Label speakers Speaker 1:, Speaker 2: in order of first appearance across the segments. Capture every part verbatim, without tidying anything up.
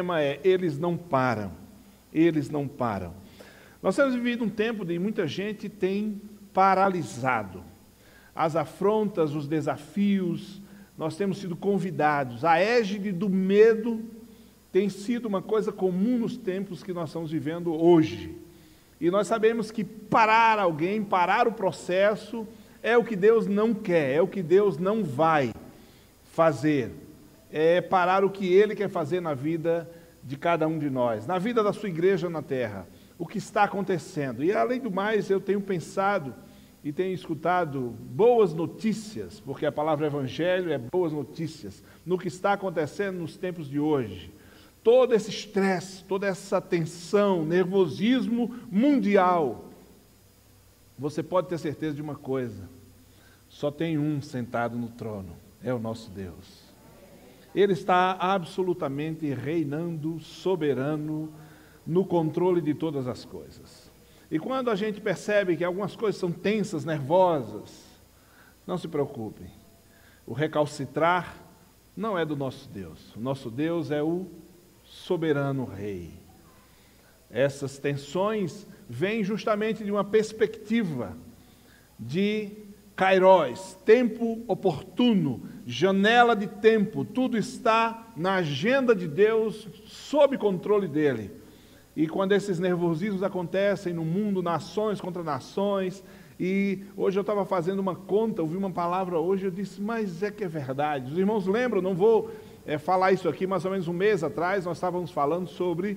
Speaker 1: tema é: eles não param, eles não param. Nós temos vivido um tempo de muita gente tem paralisado. As afrontas, os desafios, nós temos sido convidados. A égide do medo tem sido uma coisa comum nos tempos que nós estamos vivendo hoje. E nós sabemos que parar alguém, parar o processo, é o que Deus não quer, é o que Deus não vai fazer. É parar o que Ele quer fazer na vida de cada um de nós, na vida da sua igreja na terra, o que está acontecendo. E além do mais, eu tenho pensado e tenho escutado boas notícias, porque a palavra evangelho é boas notícias, no que está acontecendo nos tempos de hoje. Todo esse estresse, toda essa tensão, nervosismo mundial, você pode ter certeza de uma coisa: só tem um sentado no trono, é o nosso Deus. Ele está absolutamente reinando, soberano, no controle de todas as coisas. E quando a gente percebe que algumas coisas são tensas, nervosas, não se preocupe. O recalcitrar não é do nosso Deus. O nosso Deus é o soberano Rei. Essas tensões vêm justamente de uma perspectiva de Kairos, tempo oportuno, janela de tempo. Tudo está na agenda de Deus, sob controle dele. E quando esses nervosismos acontecem no mundo, nações contra nações, e hoje eu estava fazendo uma conta, ouvi uma palavra hoje, eu disse, mas é que é verdade. Os irmãos lembram, não vou é, falar isso aqui, mais ou menos um mês atrás, nós estávamos falando sobre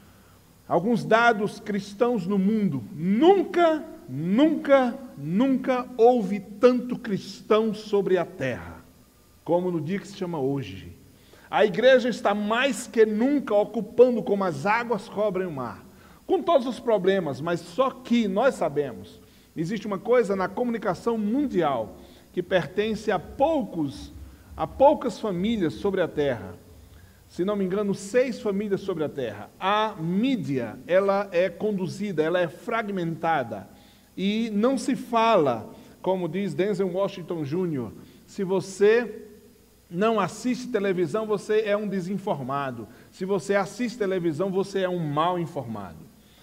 Speaker 1: alguns dados cristãos no mundo. Nunca, nunca, nunca houve tanto cristão sobre a terra, como no dia que se chama hoje. A igreja está mais que nunca ocupando como as águas cobrem o mar, com todos os problemas, mas só que nós sabemos, existe uma coisa na comunicação mundial que pertence a poucos, a poucas famílias sobre a terra. Se não me engano, seis famílias sobre a terra. A mídia, ela é conduzida, ela é fragmentada e não se fala, como diz Denzel Washington Júnior, se você não assiste televisão, você é um desinformado. Se você assiste televisão, você é um mal informado.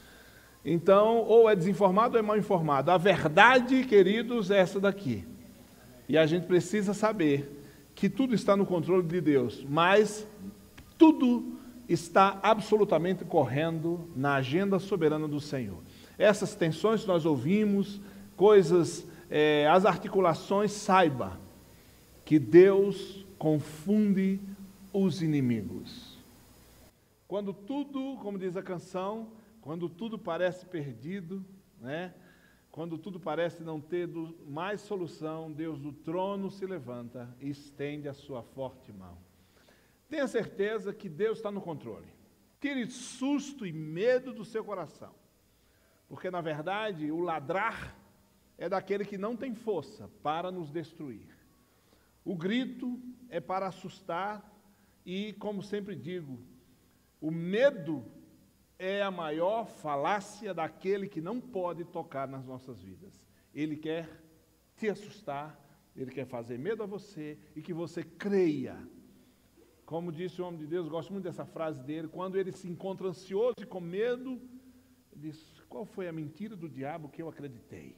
Speaker 1: Então, ou é desinformado ou é mal informado. A verdade, queridos, é essa daqui. E a gente precisa saber que tudo está no controle de Deus, mas tudo está absolutamente correndo na agenda soberana do Senhor. Essas tensões que nós ouvimos, coisas, é, as articulações, saiba que Deus confunde os inimigos. Quando tudo, como diz a canção, quando tudo parece perdido, né? Quando tudo parece não ter mais solução, Deus do trono se levanta e estende a sua forte mão. Tenha certeza que Deus está no controle. Tire susto e medo do seu coração, porque na verdade o ladrar é daquele que não tem força para nos destruir. O grito é para assustar e, como sempre digo, o medo é a maior falácia daquele que não pode tocar nas nossas vidas. Ele quer te assustar, ele quer fazer medo a você e que você creia. Como disse o homem de Deus, eu gosto muito dessa frase dele, quando ele se encontra ansioso e com medo, ele diz, qual foi a mentira do diabo que eu acreditei?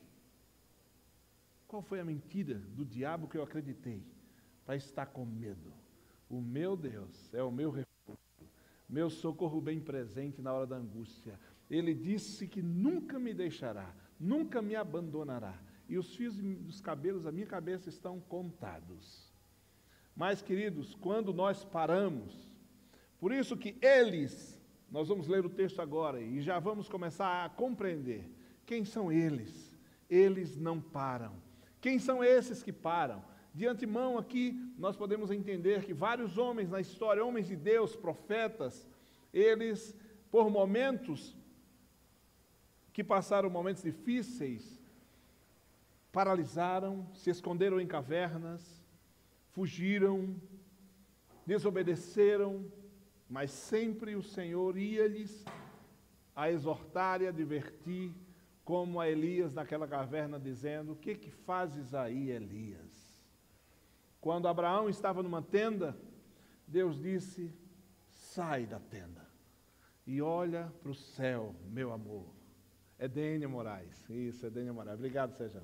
Speaker 1: Qual foi a mentira do diabo que eu acreditei para estar com medo? O meu Deus é o meu refúgio, meu socorro bem presente na hora da angústia. Ele disse que nunca me deixará, nunca me abandonará. E os fios dos cabelos da minha cabeça estão contados. Mas, queridos, quando nós paramos, por isso que eles, nós vamos ler o texto agora e já vamos começar a compreender quem são eles. Eles não param. Quem são esses que param? De antemão aqui, nós podemos entender que vários homens na história, homens de Deus, profetas, eles, por momentos, que passaram momentos difíceis, paralisaram, se esconderam em cavernas, fugiram, desobedeceram, mas sempre o Senhor ia-lhes a exortar e advertir, como a Elias naquela caverna, dizendo, o que que fazes aí, Elias? Quando Abraão estava numa tenda, Deus disse, sai da tenda e olha para o céu, meu amor. É Dênia Moraes, isso, é Dênia Moraes. Obrigado, Sérgio.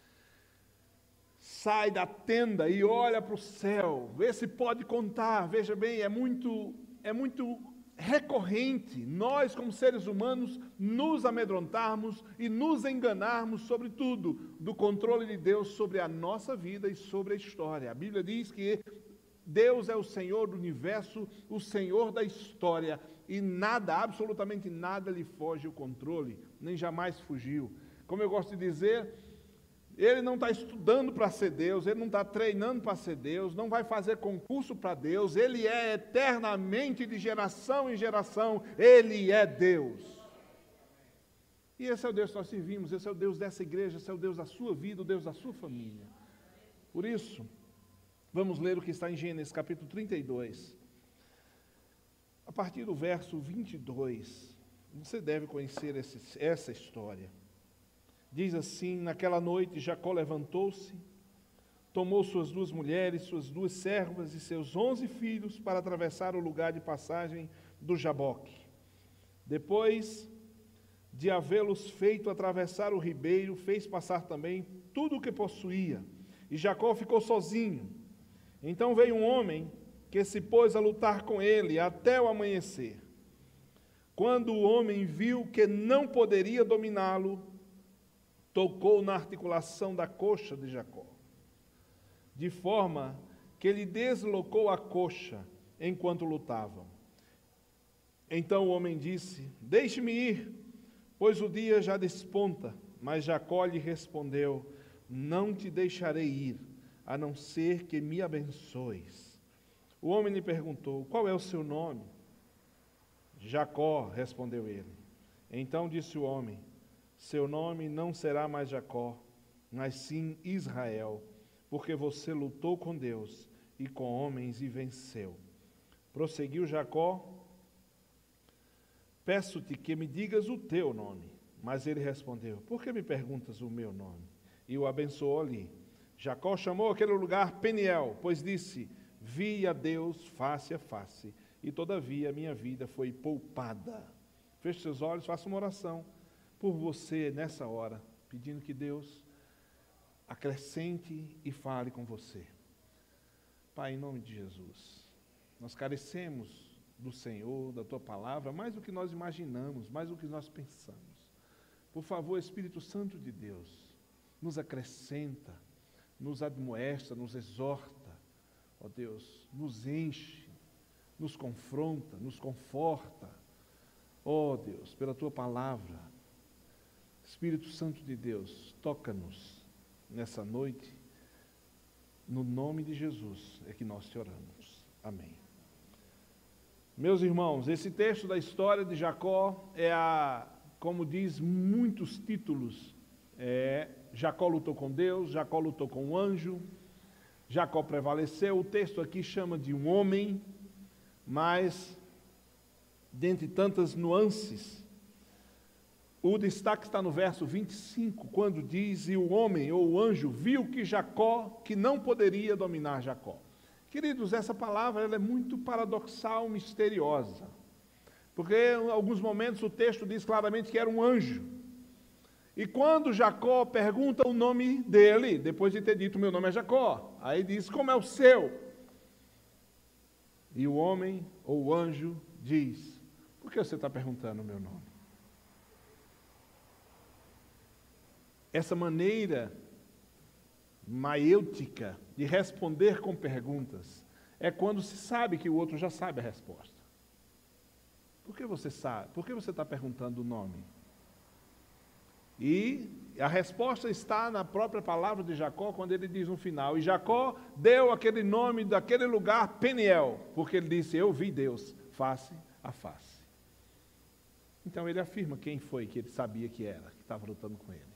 Speaker 1: Sai da tenda e olha para o céu, vê se pode contar. Veja bem, é muito, é muito recorrente nós, como seres humanos, nos amedrontarmos e nos enganarmos sobre tudo, do controle de Deus sobre a nossa vida e sobre a história. A Bíblia diz que Deus é o Senhor do universo, o Senhor da história, e nada, absolutamente nada lhe foge o controle, nem jamais fugiu. Como eu gosto de dizer, ele não está estudando para ser Deus, ele não está treinando para ser Deus, não vai fazer concurso para Deus, ele é eternamente, de geração em geração, ele é Deus. E esse é o Deus que nós servimos, esse é o Deus dessa igreja, esse é o Deus da sua vida, o Deus da sua família. Por isso, vamos ler o que está em Gênesis capítulo trinta e dois. A partir do verso vinte e dois, você deve conhecer esse, essa história. Diz assim: naquela noite Jacó levantou-se, tomou suas duas mulheres, suas duas servas e seus onze filhos para atravessar o lugar de passagem do Jaboque. Depois de havê-los feito atravessar o ribeiro, fez passar também tudo o que possuía, e Jacó ficou sozinho. Então veio um homem que se pôs a lutar com ele até o amanhecer. Quando o homem viu que não poderia dominá-lo, tocou na articulação da coxa de Jacó, de forma que lhe deslocou a coxa enquanto lutavam. Então o homem disse: deixe-me ir, pois o dia já desponta. Mas Jacó lhe respondeu: não te deixarei ir, a não ser que me abençoes. O homem lhe perguntou: qual é o seu nome? Jacó, respondeu ele. Então disse o homem: seu nome não será mais Jacó, mas sim Israel, porque você lutou com Deus e com homens e venceu. Prosseguiu Jacó: peço-te que me digas o teu nome. Mas ele respondeu: por que me perguntas o meu nome? E o abençoou-lhe. Jacó chamou aquele lugar Peniel, pois disse: vi a Deus face a face, e todavia a minha vida foi poupada. Feche seus olhos, faça uma oração por você nessa hora, pedindo que Deus acrescente e fale com você. Pai, em nome de Jesus, nós carecemos do Senhor, da Tua Palavra, mais do que nós imaginamos, mais do que nós pensamos. Por favor, Espírito Santo de Deus, nos acrescenta, nos admoesta, nos exorta, ó Deus, nos enche, nos confronta, nos conforta, ó Deus, pela Tua Palavra. Espírito Santo de Deus, toca-nos nessa noite, no nome de Jesus é que nós te oramos. Amém. Meus irmãos, esse texto da história de Jacó é a, como diz muitos títulos, é, Jacó lutou com Deus, Jacó lutou com o anjo, Jacó prevaleceu. O texto aqui chama de um homem, mas, dentre tantas nuances, o destaque está no verso vinte e cinco, quando diz: e o homem ou o anjo viu que Jacó, que não poderia dominar Jacó. Queridos, essa palavra ela é muito paradoxal, misteriosa, porque em alguns momentos o texto diz claramente que era um anjo. E quando Jacó pergunta o nome dele, depois de ter dito: meu nome é Jacó, aí diz: como é o seu? E o homem ou o anjo diz: por que você está perguntando o meu nome? Essa maneira maêutica de responder com perguntas é quando se sabe que o outro já sabe a resposta. Por que você sabe? Por que você está perguntando o nome? E a resposta está na própria palavra de Jacó, quando ele diz no final: e Jacó deu aquele nome daquele lugar Peniel, porque ele disse: eu vi Deus face a face. Então ele afirma quem foi que ele sabia que era, que estava lutando com ele.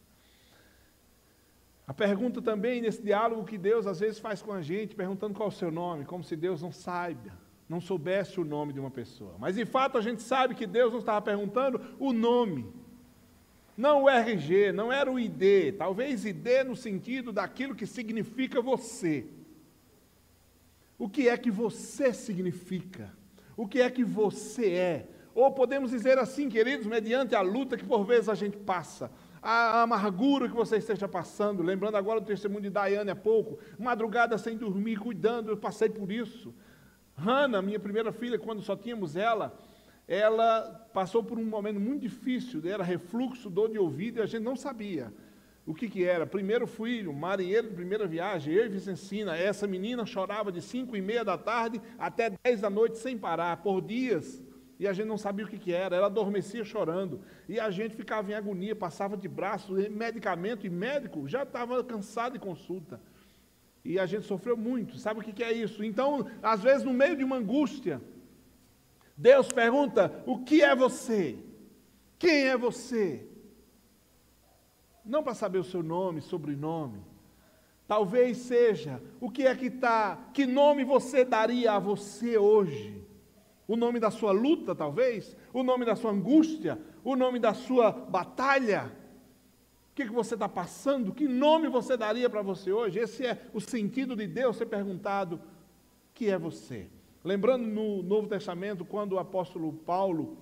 Speaker 1: A pergunta também nesse diálogo que Deus às vezes faz com a gente, perguntando qual é o seu nome, como se Deus não saiba, não soubesse o nome de uma pessoa. Mas de fato a gente sabe que Deus não estava perguntando o nome, não o R G, não era o I D, talvez I D no sentido daquilo que significa você. O que é que você significa? O que é que você é? Ou podemos dizer assim, queridos, mediante a luta que por vezes a gente passa, a amargura que você esteja passando, lembrando agora do testemunho de Daiane há pouco, madrugada sem dormir, cuidando, eu passei por isso. Hannah, minha primeira filha, quando só tínhamos ela, ela passou por um momento muito difícil, era refluxo, dor de ouvido, e a gente não sabia o que que era. Primeiro filho, marinheiro de primeira viagem, eu e Vicencina, essa menina chorava de cinco e meia da tarde até dez da noite sem parar, por dias, e a gente não sabia o que que era, ela adormecia chorando, e a gente ficava em agonia, passava de braço, medicamento, e médico já estava cansado de consulta, e a gente sofreu muito. Sabe o que que é isso? Então, às vezes, no meio de uma angústia, Deus pergunta, o que é você? Quem é você? Não para saber o seu nome, sobrenome. Talvez seja, o que é que está, que nome você daria a você hoje? O nome da sua luta, talvez? O nome da sua angústia? O nome da sua batalha? O que, que você está passando? Que nome você daria para você hoje? Esse é o sentido de Deus ser perguntado, que é você? Lembrando no Novo Testamento, quando o apóstolo Paulo,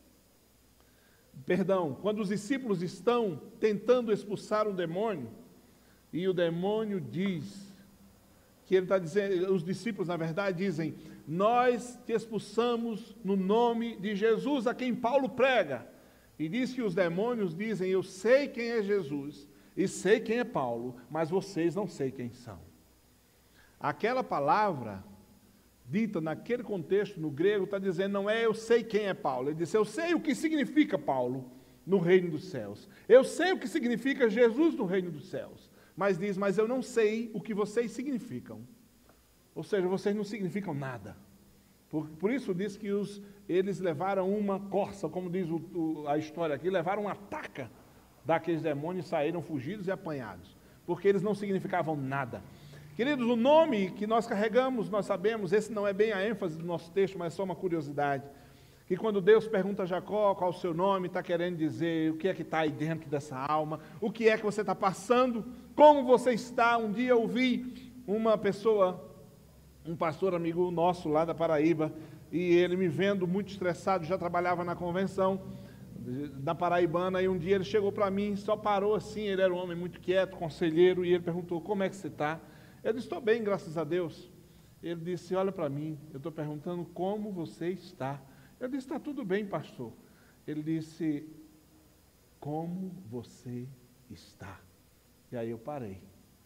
Speaker 1: perdão, quando os discípulos estão tentando expulsar um demônio, e o demônio diz, que ele está dizendo, os discípulos na verdade dizem, nós te expulsamos no nome de Jesus, a quem Paulo prega. E diz que os demônios dizem, eu sei quem é Jesus, e sei quem é Paulo, mas vocês não sei quem são. Aquela palavra dita naquele contexto, no grego, está dizendo, não é eu sei quem é Paulo, ele disse, eu sei o que significa Paulo no reino dos céus, eu sei o que significa Jesus no reino dos céus, mas diz, mas eu não sei o que vocês significam, ou seja, vocês não significam nada, por, por isso diz que os, eles levaram uma corça, como diz o, o, a história aqui, levaram uma taca daqueles demônios, saíram fugidos e apanhados, porque eles não significavam nada. Queridos, o nome que nós carregamos, nós sabemos, esse não é bem a ênfase do nosso texto, mas é só uma curiosidade, que quando Deus pergunta a Jacó qual o seu nome, está querendo dizer o que é que está aí dentro dessa alma, o que é que você está passando, como você está. Um dia eu ouvi uma pessoa, um pastor amigo nosso lá da Paraíba, e ele me vendo muito estressado, já trabalhava na convenção da Paraibana, e um dia ele chegou para mim, só parou assim, ele era um homem muito quieto, conselheiro, e ele perguntou, como é que você está? Eu disse, estou bem, graças a Deus. Ele disse, olha para mim, eu estou perguntando como você está. Eu disse, está tudo bem, pastor. Ele disse, como você está? E aí eu parei.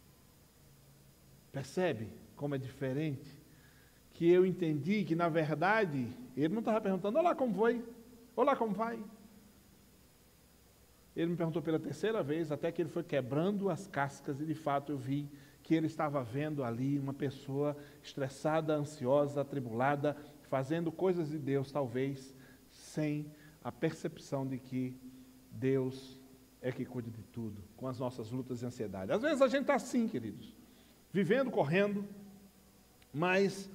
Speaker 1: Percebe como é diferente? Que eu entendi que, na verdade, ele não estava perguntando, olá, como foi? Olá, como vai? Ele me perguntou pela terceira vez, até que ele foi quebrando as cascas, e de fato eu vi que ele estava vendo ali uma pessoa estressada, ansiosa, atribulada, fazendo coisas de Deus, talvez, sem a percepção de que Deus é que cuida de tudo, com as nossas lutas e ansiedades. Às vezes a gente está assim, queridos, vivendo, correndo, mas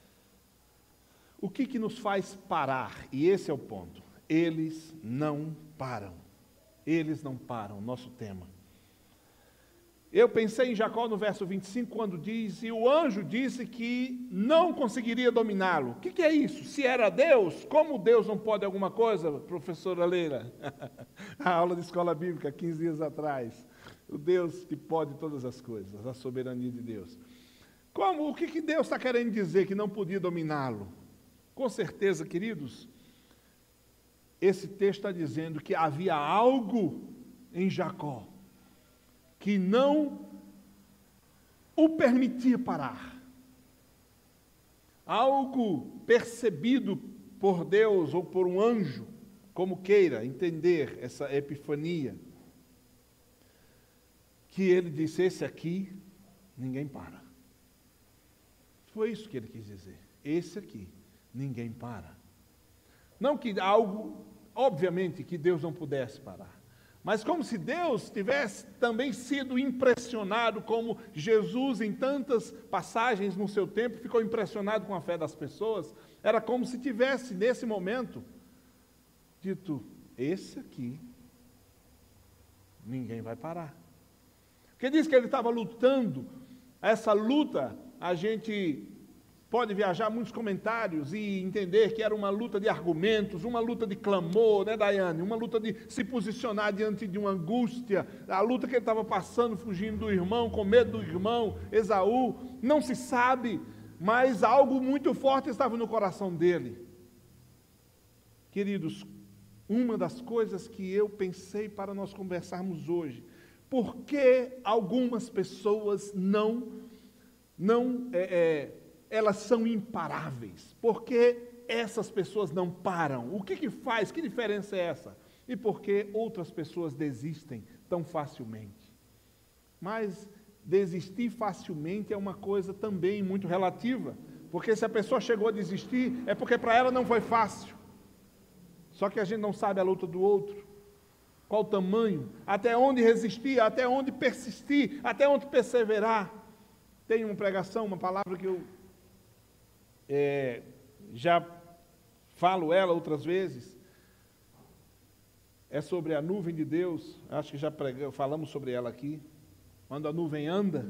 Speaker 1: o que que nos faz parar? E esse é o ponto. Eles não param. Eles não param, nosso tema. Eu pensei em Jacó no verso vinte e cinco, quando diz, e o anjo disse que não conseguiria dominá-lo. O que, que é isso? Se era Deus, como Deus não pode alguma coisa, professora Leila? A aula de escola bíblica, quinze dias atrás. O Deus que pode todas as coisas, a soberania de Deus. Como? O que, que Deus está querendo dizer que não podia dominá-lo? Com certeza, queridos, esse texto está dizendo que havia algo em Jacó que não o permitia parar. Algo percebido por Deus ou por um anjo, como queira entender essa epifania, que ele disse, esse aqui, ninguém para. Foi isso que ele quis dizer. Esse aqui, ninguém para. Não que algo, obviamente, que Deus não pudesse parar. Mas como se Deus tivesse também sido impressionado, como Jesus em tantas passagens no seu tempo ficou impressionado com a fé das pessoas, era como se tivesse nesse momento dito, esse aqui, ninguém vai parar. Porque diz que ele estava lutando, essa luta, a gente pode viajar muitos comentários e entender que era uma luta de argumentos, uma luta de clamor, né, Daiane? Uma luta de se posicionar diante de uma angústia, a luta que ele estava passando, fugindo do irmão, com medo do irmão, Esaú, não se sabe, mas algo muito forte estava no coração dele. Queridos, uma das coisas que eu pensei para nós conversarmos hoje, por que algumas pessoas não, não é, é, elas são imparáveis? Por que essas pessoas não param? O que que faz? Que diferença é essa? E por que outras pessoas desistem tão facilmente? Mas desistir facilmente é uma coisa também muito relativa, porque se a pessoa chegou a desistir, é porque para ela não foi fácil. Só que a gente não sabe a luta do outro, qual o tamanho, até onde resistir, até onde persistir, até onde perseverar. Tem uma pregação, uma palavra que eu é, já falo ela outras vezes, é sobre a nuvem de Deus, acho que já prega, falamos sobre ela aqui. Quando a nuvem anda,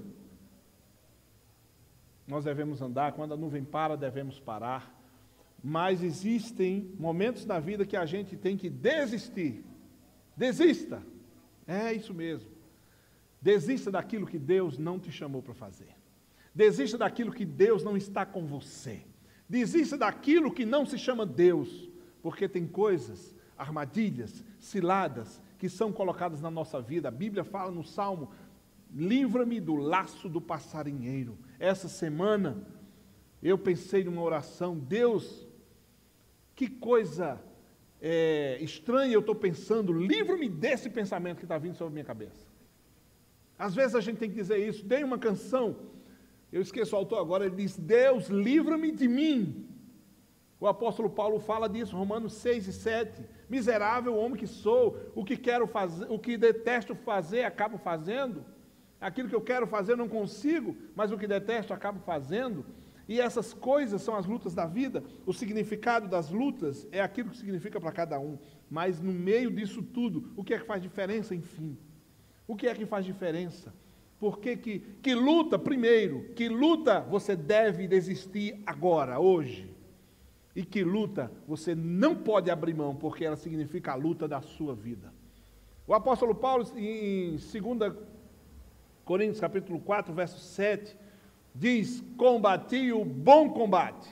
Speaker 1: nós devemos andar, quando a nuvem para, devemos parar. Mas existem momentos na vida que a gente tem que desistir. Desista. É isso mesmo. Desista daquilo que Deus não te chamou para fazer. Desista daquilo que Deus não está com você. Desista daquilo que não se chama Deus. Porque tem coisas, armadilhas, ciladas, que são colocadas na nossa vida. A Bíblia fala no Salmo, livra-me do laço do passarinheiro. Essa semana, eu pensei numa oração, Deus, que coisa é, estranha eu estou pensando, livra-me desse pensamento que está vindo sobre a minha cabeça. Às vezes a gente tem que dizer isso. Tem uma canção, eu esqueço o autor agora, ele diz, Deus, livra-me de mim. O apóstolo Paulo fala disso, Romanos seis e sete, miserável homem que sou, o que quero fazer, o que detesto fazer, acabo fazendo, aquilo que eu quero fazer não consigo, mas o que detesto acabo fazendo. E essas coisas são as lutas da vida. O significado das lutas é aquilo que significa para cada um. Mas no meio disso tudo, o que é que faz diferença, enfim? O que é que faz diferença? Porque que, que luta, primeiro, que luta você deve desistir agora, hoje? E que luta você não pode abrir mão, porque ela significa a luta da sua vida. O apóstolo Paulo, em dois Coríntios capítulo quatro, verso sete, diz, combati o bom combate.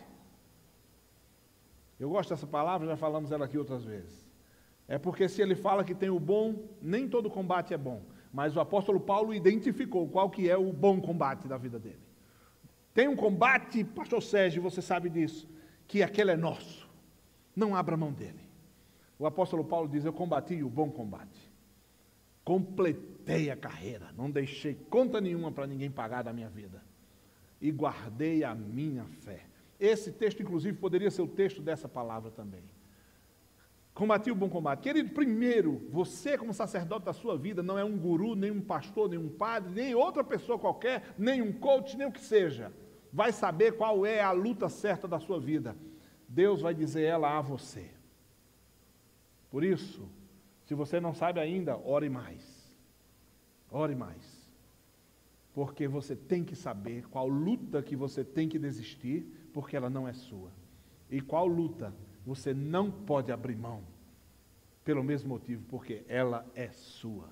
Speaker 1: Eu gosto dessa palavra, já falamos ela aqui outras vezes. É porque se ele fala que tem o bom, nem todo combate é bom. Mas o apóstolo Paulo identificou qual que é o bom combate da vida dele. Tem um combate, pastor Sérgio, você sabe disso, que aquele é nosso. Não abra mão dele. O apóstolo Paulo diz, eu combati o bom combate. Completei a carreira, não deixei conta nenhuma para ninguém pagar da minha vida. E guardei a minha fé. Esse texto, inclusive, poderia ser o texto dessa palavra também. Combati o bom combate. Querido, primeiro, você como sacerdote da sua vida, não é um guru, nem um pastor, nem um padre, nem outra pessoa qualquer, nem um coach, nem o que seja. Vai saber qual é a luta certa da sua vida. Deus vai dizer ela a você. Por isso, se você não sabe ainda, ore mais. Ore mais. Porque você tem que saber qual luta que você tem que desistir, porque ela não é sua. E qual luta você não pode abrir mão, pelo mesmo motivo, porque ela é sua.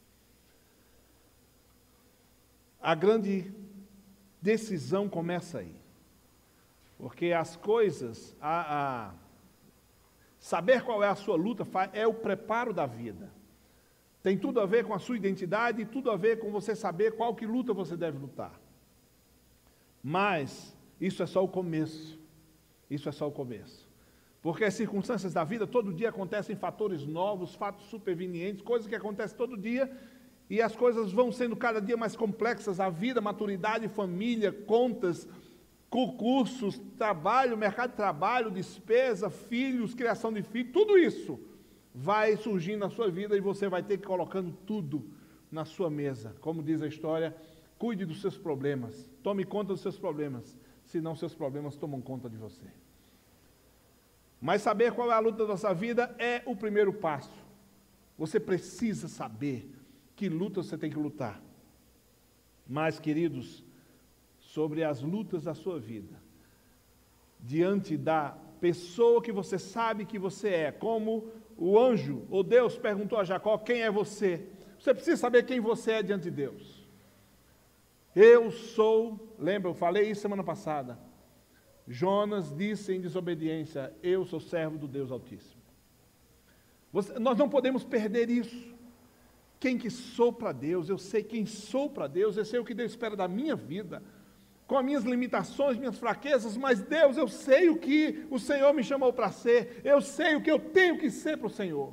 Speaker 1: A grande decisão começa aí. Porque as coisas, a, a, saber qual é a sua luta, é o preparo da vida. Tem tudo a ver com a sua identidade e tudo a ver com você saber qual que luta você deve lutar. Mas isso é só o começo. Isso é só o começo. Porque as circunstâncias da vida, todo dia acontecem fatores novos, fatos supervenientes, coisas que acontecem todo dia, e as coisas vão sendo cada dia mais complexas, a vida, maturidade, família, contas, concursos, trabalho, mercado de trabalho, despesa, filhos, criação de filhos, tudo isso vai surgindo na sua vida e você vai ter que ir colocando tudo na sua mesa. Como diz a história, cuide dos seus problemas, tome conta dos seus problemas, senão seus problemas tomam conta de você. Mas saber qual é a luta da nossa vida é o primeiro passo. Você precisa saber que luta você tem que lutar. Mas, queridos, sobre as lutas da sua vida, diante da pessoa que você sabe que você é, como o anjo, ou Deus perguntou a Jacó, quem é você? Você precisa saber quem você é diante de Deus. Eu sou, lembra, eu falei isso semana passada, Jonas disse em desobediência, eu sou servo do Deus Altíssimo. Você, nós não podemos perder isso. Quem que sou para Deus, eu sei quem sou para Deus, eu sei o que Deus espera da minha vida, com as minhas limitações, minhas fraquezas, mas Deus, eu sei o que o Senhor me chamou para ser, eu sei o que eu tenho que ser para o Senhor.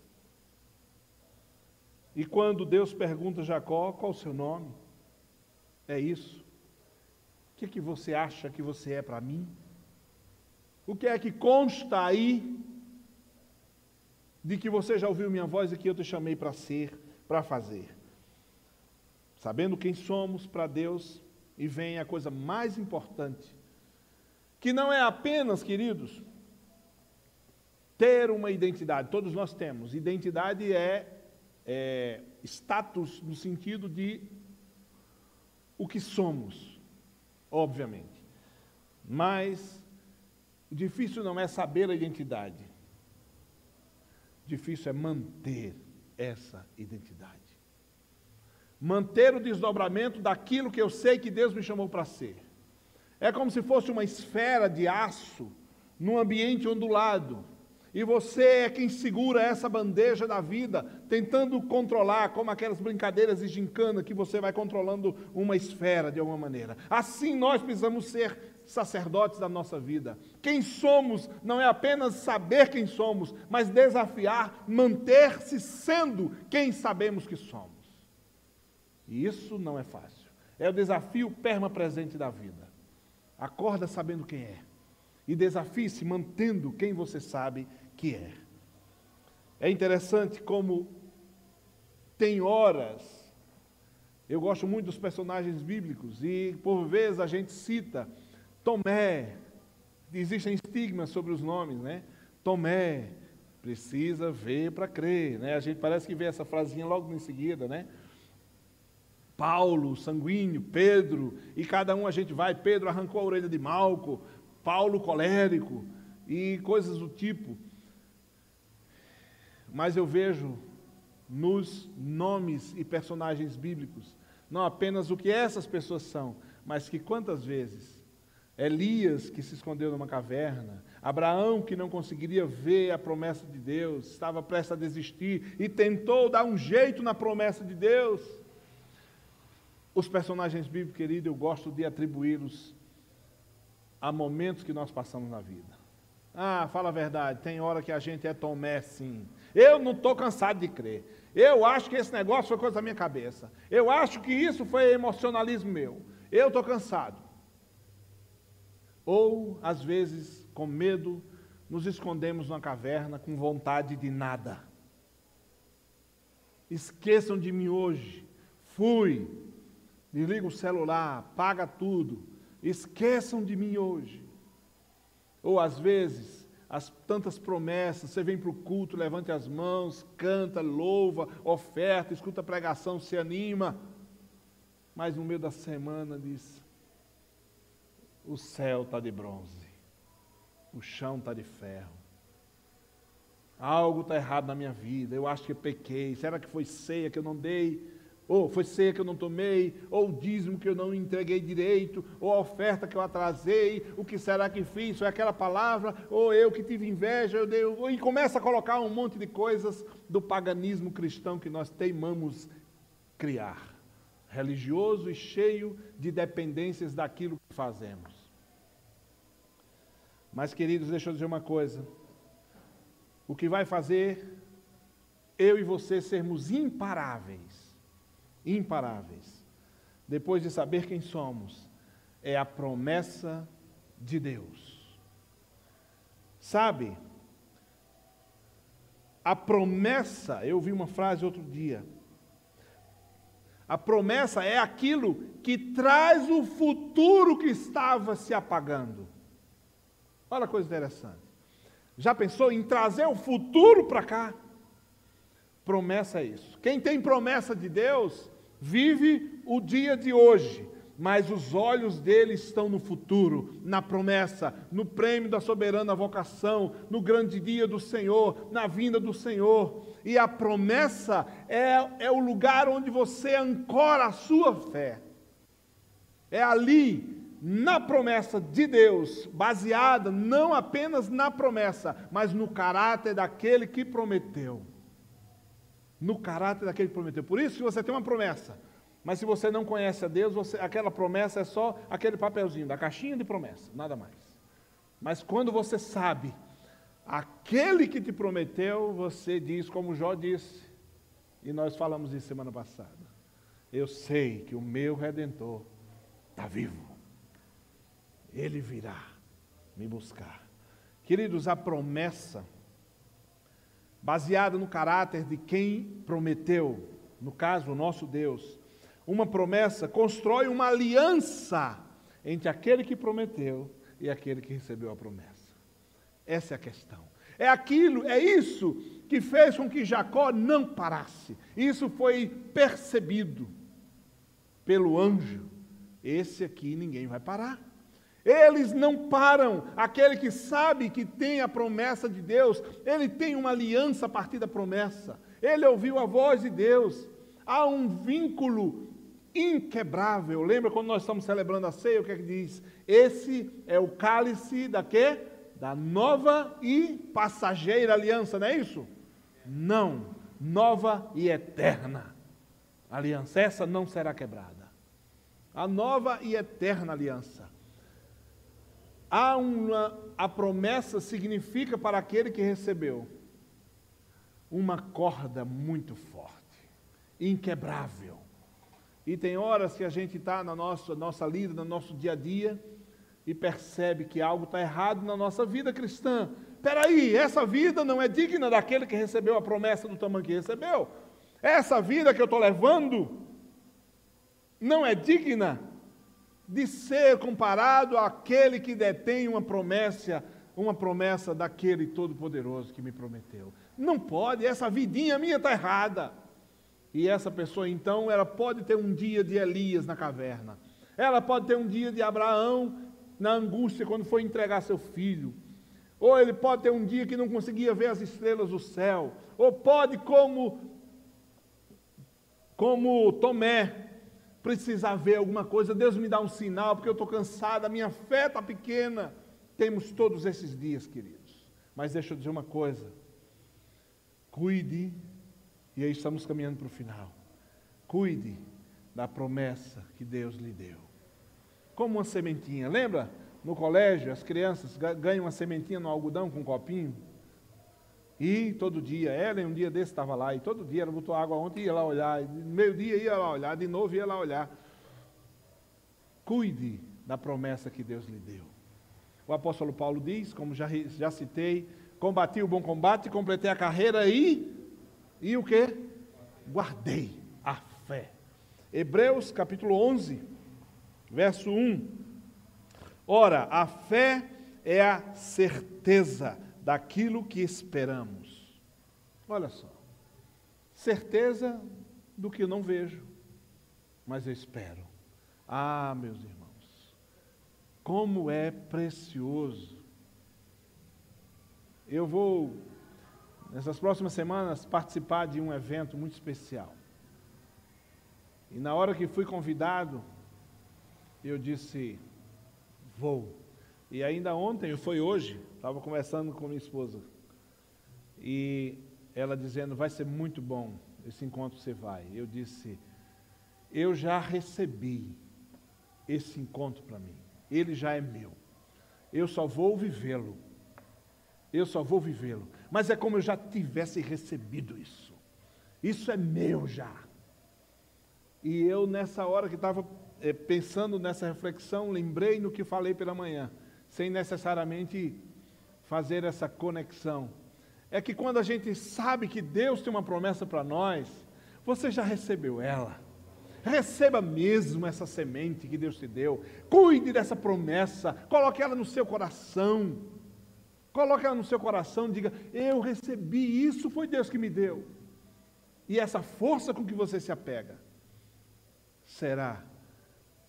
Speaker 1: E quando Deus pergunta a Jacó, qual o seu nome? É isso. O que, que você acha que você é para mim? O que é que consta aí de que você já ouviu minha voz e que eu te chamei para ser, para fazer? Sabendo quem somos para Deus, e vem a coisa mais importante, que não é apenas, queridos, ter uma identidade. Todos nós temos. Identidade é, é status no sentido de o que somos, obviamente. Mas o difícil não é saber a identidade. O difícil é manter essa identidade. Manter o desdobramento daquilo que eu sei que Deus me chamou para ser. É como se fosse uma esfera de aço num ambiente ondulado. E você é quem segura essa bandeja da vida, tentando controlar, como aquelas brincadeiras de gincana que você vai controlando uma esfera de alguma maneira. Assim nós precisamos ser sacerdotes da nossa vida. Quem somos não é apenas saber quem somos, mas desafiar, manter-se sendo quem sabemos que somos. E isso não é fácil. É o desafio permapresente da vida. Acorda sabendo quem é. E desafie-se mantendo quem você sabe que é. É interessante como tem horas, eu gosto muito dos personagens bíblicos, e por vezes a gente cita Tomé, existem estigmas sobre os nomes, né? Tomé, precisa ver para crer, né? A gente parece que vê essa frasinha logo em seguida, né? Paulo, sanguíneo, Pedro, e cada um a gente vai, Pedro arrancou a orelha de Malco, Paulo colérico, e coisas do tipo. Mas eu vejo nos nomes e personagens bíblicos, não apenas o que essas pessoas são, mas que quantas vezes Elias, que se escondeu numa caverna, Abraão, que não conseguiria ver a promessa de Deus, estava prestes a desistir e tentou dar um jeito na promessa de Deus. Os personagens bíblicos, querido, eu gosto de atribuí-los a momentos que nós passamos na vida. Ah, fala a verdade, tem hora que a gente é Tomé, sim. Eu não estou cansado de crer. Eu acho que esse negócio foi coisa da minha cabeça. Eu acho que isso foi emocionalismo meu. Eu estou cansado. Ou, às vezes, com medo, nos escondemos numa caverna com vontade de nada. Esqueçam de mim hoje. Fui. Desliga o celular, paga tudo. Esqueçam de mim hoje. Ou às vezes, as tantas promessas, você vem para o culto, levante as mãos, canta, louva, oferta, escuta a pregação, se anima. Mas no meio da semana diz, o céu está de bronze, o chão está de ferro. Algo está errado na minha vida, eu acho que eu pequei, será que foi ceia que eu não dei? Ou foi ceia que eu não tomei, ou o dízimo que eu não entreguei direito, ou a oferta que eu atrasei, o que será que fiz? Foi aquela palavra, ou eu que tive inveja, eu dei, e começa a colocar um monte de coisas do paganismo cristão que nós teimamos criar, religioso e cheio de dependências daquilo que fazemos. Mas, queridos, deixa eu dizer uma coisa, o que vai fazer eu e você sermos imparáveis, imparáveis, depois de saber quem somos, é a promessa de Deus. Sabe, a promessa, eu ouvi uma frase outro dia, a promessa é aquilo que traz o futuro que estava se apagando. Olha a coisa interessante. Já pensou em trazer o futuro para cá? Promessa é isso. Quem tem promessa de Deus, vive o dia de hoje. mas os olhos dele estão no futuro, na promessa, no prêmio da soberana vocação, no grande dia do Senhor, na vinda do Senhor. E a promessa é, é o lugar onde você ancora a sua fé. É ali, na promessa de Deus, baseada não apenas na promessa, mas no caráter daquele que prometeu. No caráter daquele que prometeu. Por isso que você tem uma promessa. Mas se você não conhece a Deus, você, aquela promessa é só aquele papelzinho, da caixinha de promessa, nada mais. Mas quando você sabe aquele que te prometeu, você diz, como Jó disse, e nós falamos isso semana passada, eu sei que o meu Redentor está vivo, ele virá me buscar. Queridos, a promessa, baseada no caráter de quem prometeu, no caso, o nosso Deus, uma promessa constrói uma aliança entre aquele que prometeu e aquele que recebeu a promessa. Essa é a questão. É aquilo, é isso que fez com que Jacó não parasse. Isso foi percebido pelo anjo. Esse aqui ninguém vai parar. Eles não param. Aquele que sabe que tem a promessa de Deus, ele tem uma aliança a partir da promessa. Ele ouviu a voz de Deus. Há um vínculo inquebrável. Lembra quando nós estamos celebrando a ceia, o que é que diz? Esse é o cálice da quê? Da nova e passageira aliança, não é isso? Não, nova e eterna aliança. Essa não será quebrada. A nova e eterna aliança. Há uma, a promessa significa para aquele que recebeu uma corda muito forte, inquebrável. E tem horas que a gente está na nossa, nossa lida, no nosso dia a dia, e percebe que algo está errado na nossa vida cristã. Espera aí, essa vida não é digna daquele que recebeu a promessa do tamanho que recebeu. Essa vida que eu estou levando não é digna de ser comparado àquele que detém uma promessa, uma promessa daquele Todo-Poderoso que me prometeu. Não pode, essa vidinha minha está errada. E essa pessoa, então, ela pode ter um dia de Elias na caverna. Ela pode ter um dia de Abraão na angústia quando foi entregar seu filho. Ou ele pode ter um dia que não conseguia ver as estrelas do céu. Ou pode, como, como Tomé, precisar ver alguma coisa. Deus me dá um sinal, porque eu estou cansado, a minha fé está pequena. Temos todos esses dias, queridos. Mas deixa eu dizer uma coisa. Cuide. E aí estamos caminhando para o final. Cuide da promessa que Deus lhe deu. Como uma sementinha. Lembra? No colégio, as crianças ganham uma sementinha no algodão com um copinho. E todo dia, Ellen um dia desse estava lá, e todo dia ela botou água ontem e ia lá olhar. Meio-dia ia lá olhar, de novo ia lá olhar. Cuide da promessa que Deus lhe deu. O apóstolo Paulo diz, como já, já citei, combati o bom combate, completei a carreira e... E o que? Guardei a fé. Hebreus capítulo onze, verso um. Ora, a fé é a certeza daquilo que esperamos. Olha só. Certeza do que eu não vejo, mas eu espero. Ah, meus irmãos, como é precioso. Eu vou... nessas próximas semanas, participar de um evento muito especial. E na hora que fui convidado, eu disse, vou. E ainda ontem, foi hoje, estava conversando com minha esposa. E ela dizendo, vai ser muito bom esse encontro que você vai. Eu disse, eu já recebi esse encontro para mim. Ele já é meu. Eu só vou vivê-lo. Eu só vou vivê-lo. Mas é como eu já tivesse recebido isso. Isso é meu já. E eu, nessa hora que estava é, pensando nessa reflexão, lembrei no que falei pela manhã, sem necessariamente fazer essa conexão. É que quando a gente sabe que Deus tem uma promessa para nós, você já recebeu ela. Receba mesmo essa semente que Deus te deu. Cuide dessa promessa. Coloque ela no seu coração. Coloque ela no seu coração e diga, eu recebi, isso foi Deus que me deu. E essa força com que você se apega será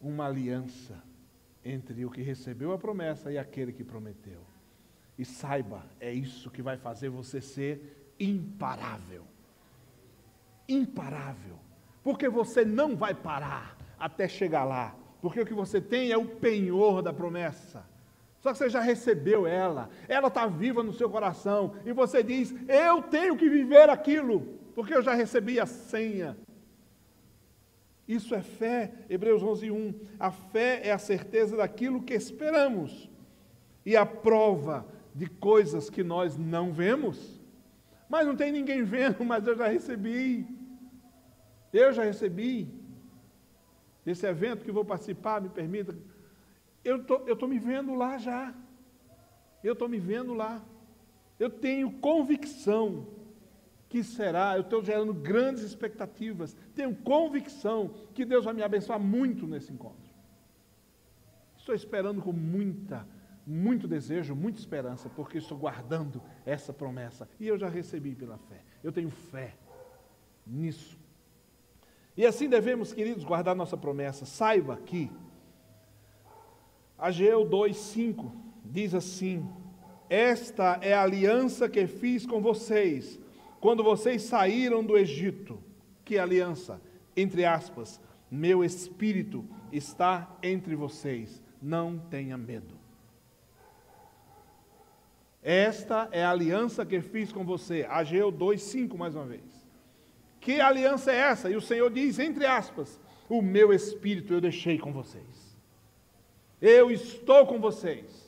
Speaker 1: uma aliança entre o que recebeu a promessa e aquele que prometeu. E saiba, é isso que vai fazer você ser imparável. Imparável. Porque você não vai parar até chegar lá. Porque o que você tem é o penhor da promessa. Só que você já recebeu ela. Ela está viva no seu coração. E você diz, eu tenho que viver aquilo. Porque eu já recebi a senha. Isso é fé. Hebreus onze, um. A fé é a certeza daquilo que esperamos. E a prova de coisas que nós não vemos. Mas não tem ninguém vendo, mas eu já recebi. Eu já recebi. Esse evento que vou participar, me permita, eu tô, eu estou me vendo lá já. Eu estou me vendo lá. Eu tenho convicção que será, eu estou gerando grandes expectativas, tenho convicção que Deus vai me abençoar muito nesse encontro. Estou esperando com muita, muito desejo, muita esperança, porque estou guardando essa promessa. E eu já recebi pela fé. Eu tenho fé nisso. E assim devemos, queridos, guardar nossa promessa. Saiba que Ageu dois, cinco diz assim: esta é a aliança que fiz com vocês, quando vocês saíram do Egito. Que aliança? Entre aspas, meu espírito está entre vocês, não tenha medo. Esta é a aliança que fiz com você. Ageu dois, cinco, mais uma vez. Que aliança é essa? E o Senhor diz, entre aspas, o meu espírito eu deixei com vocês. Eu estou com vocês.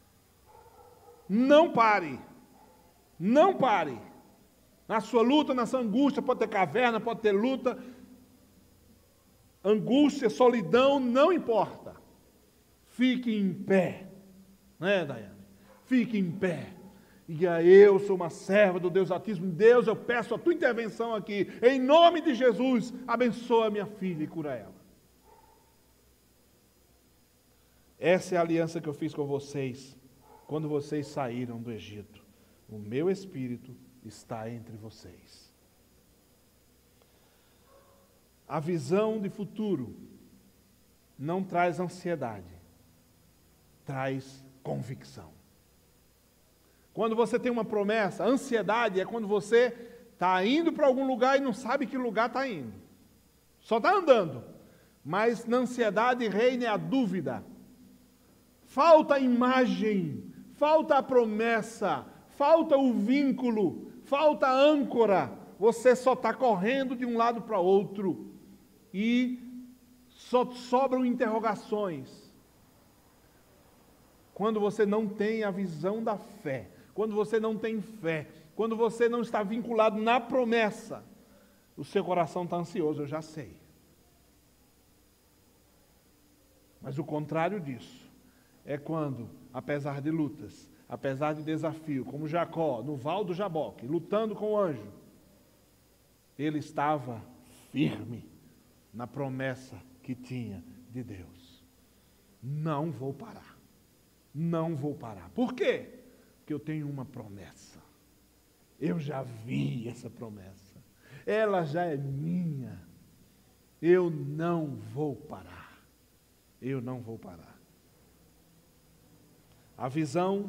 Speaker 1: Não pare. Não pare. Na sua luta, na sua angústia, pode ter caverna, pode ter luta. Angústia, solidão, não importa. Fique em pé. Né, Daiane? Fique em pé. Diga, eu sou uma serva do Deus Altíssimo. Deus, eu peço a tua intervenção aqui. Em nome de Jesus, abençoa minha filha e cura ela. Essa é a aliança que eu fiz com vocês, quando vocês saíram do Egito. O meu espírito está entre vocês. A visão de futuro não traz ansiedade, traz convicção. Quando você tem uma promessa, ansiedade é quando você está indo para algum lugar e não sabe que lugar está indo. Só está andando. Mas na ansiedade reina a dúvida. Falta a imagem, falta a promessa, falta o vínculo, falta a âncora. Você só está correndo de um lado para outro. E só sobram interrogações. Quando você não tem a visão da fé, quando você não tem fé, quando você não está vinculado na promessa, o seu coração está ansioso, eu já sei. Mas o contrário disso é quando, apesar de lutas, apesar de desafio, como Jacó, no Val do Jaboque, lutando com o anjo, ele estava firme na promessa que tinha de Deus. Não vou parar. Não vou parar. Por quê? Porque eu tenho uma promessa. Eu já vi essa promessa. Ela já é minha. Eu não vou parar. Eu não vou parar. A visão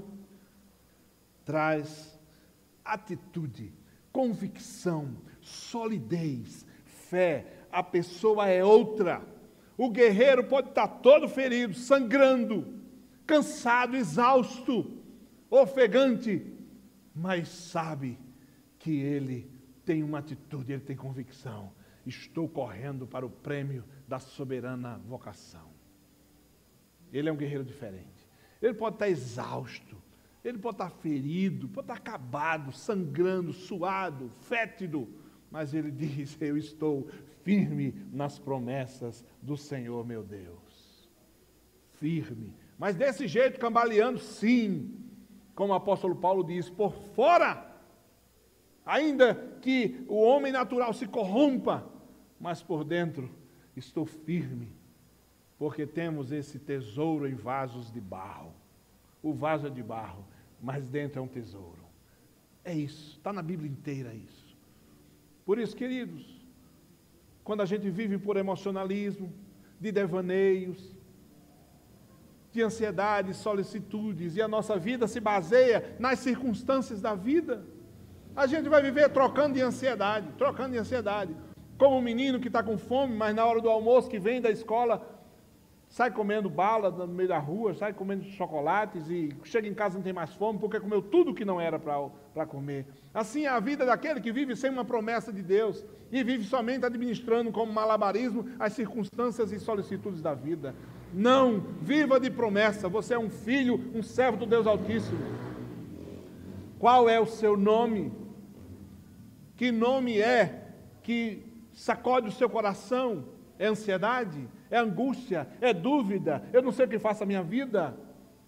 Speaker 1: traz atitude, convicção, solidez, fé. A pessoa é outra. O guerreiro pode estar todo ferido, sangrando, cansado, exausto, ofegante, mas sabe que ele tem uma atitude, ele tem convicção. Estou correndo para o prêmio da soberana vocação. Ele é um guerreiro diferente. Ele pode estar exausto, ele pode estar ferido, pode estar acabado, sangrando, suado, fétido, mas ele diz, eu estou firme nas promessas do Senhor meu Deus. Firme. Mas desse jeito, cambaleando, sim, como o apóstolo Paulo diz, por fora, ainda que o homem natural se corrompa, mas por dentro estou firme, porque temos esse tesouro em vasos de barro. O vaso é de barro, mas dentro é um tesouro. É isso, está na Bíblia inteira isso. Por isso, queridos, quando a gente vive por emocionalismo, de devaneios, de ansiedades, solicitudes, e a nossa vida se baseia nas circunstâncias da vida. A gente vai viver trocando de ansiedade, trocando de ansiedade. Como um menino que está com fome, mas na hora do almoço que vem da escola, sai comendo bala no meio da rua, sai comendo chocolates e chega em casa e não tem mais fome, porque comeu tudo que não era para comer. Assim é a vida daquele que vive sem uma promessa de Deus e vive somente administrando como malabarismo as circunstâncias e solicitudes da vida. Não, viva de promessa, você é um filho, um servo do Deus Altíssimo. Qual é o seu nome? Que nome é que sacode o seu coração? É ansiedade? É angústia? É dúvida? Eu não sei o que faço a minha vida?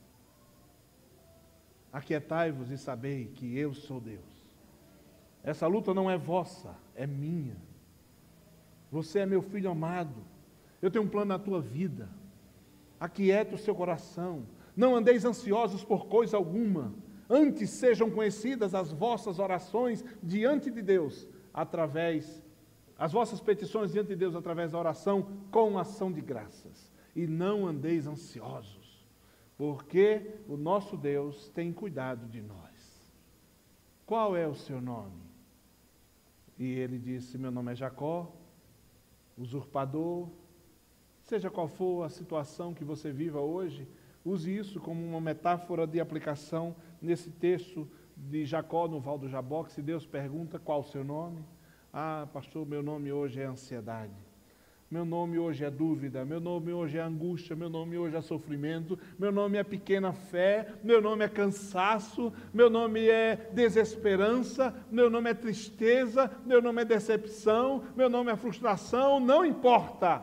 Speaker 1: Aquietai-vos e sabei que eu sou Deus. Essa luta não é vossa, é minha. Você é meu filho amado. Eu tenho um plano na tua vida. Aquiete o seu coração. Não andeis ansiosos por coisa alguma. Antes sejam conhecidas as vossas orações diante de Deus, através, as vossas petições diante de Deus, através da oração, com ação de graças. E não andeis ansiosos, porque o nosso Deus tem cuidado de nós. Qual é o seu nome? E ele disse, meu nome é Jacó, usurpador. Seja qual for a situação que você viva hoje, use isso como uma metáfora de aplicação nesse texto de Jacó no Val do Jaboque. Se Deus pergunta qual o seu nome, ah, pastor, meu nome hoje é ansiedade, meu nome hoje é dúvida, meu nome hoje é angústia, meu nome hoje é sofrimento, meu nome é pequena fé, meu nome é cansaço, meu nome é desesperança, meu nome é tristeza, meu nome é decepção, meu nome é frustração, não importa.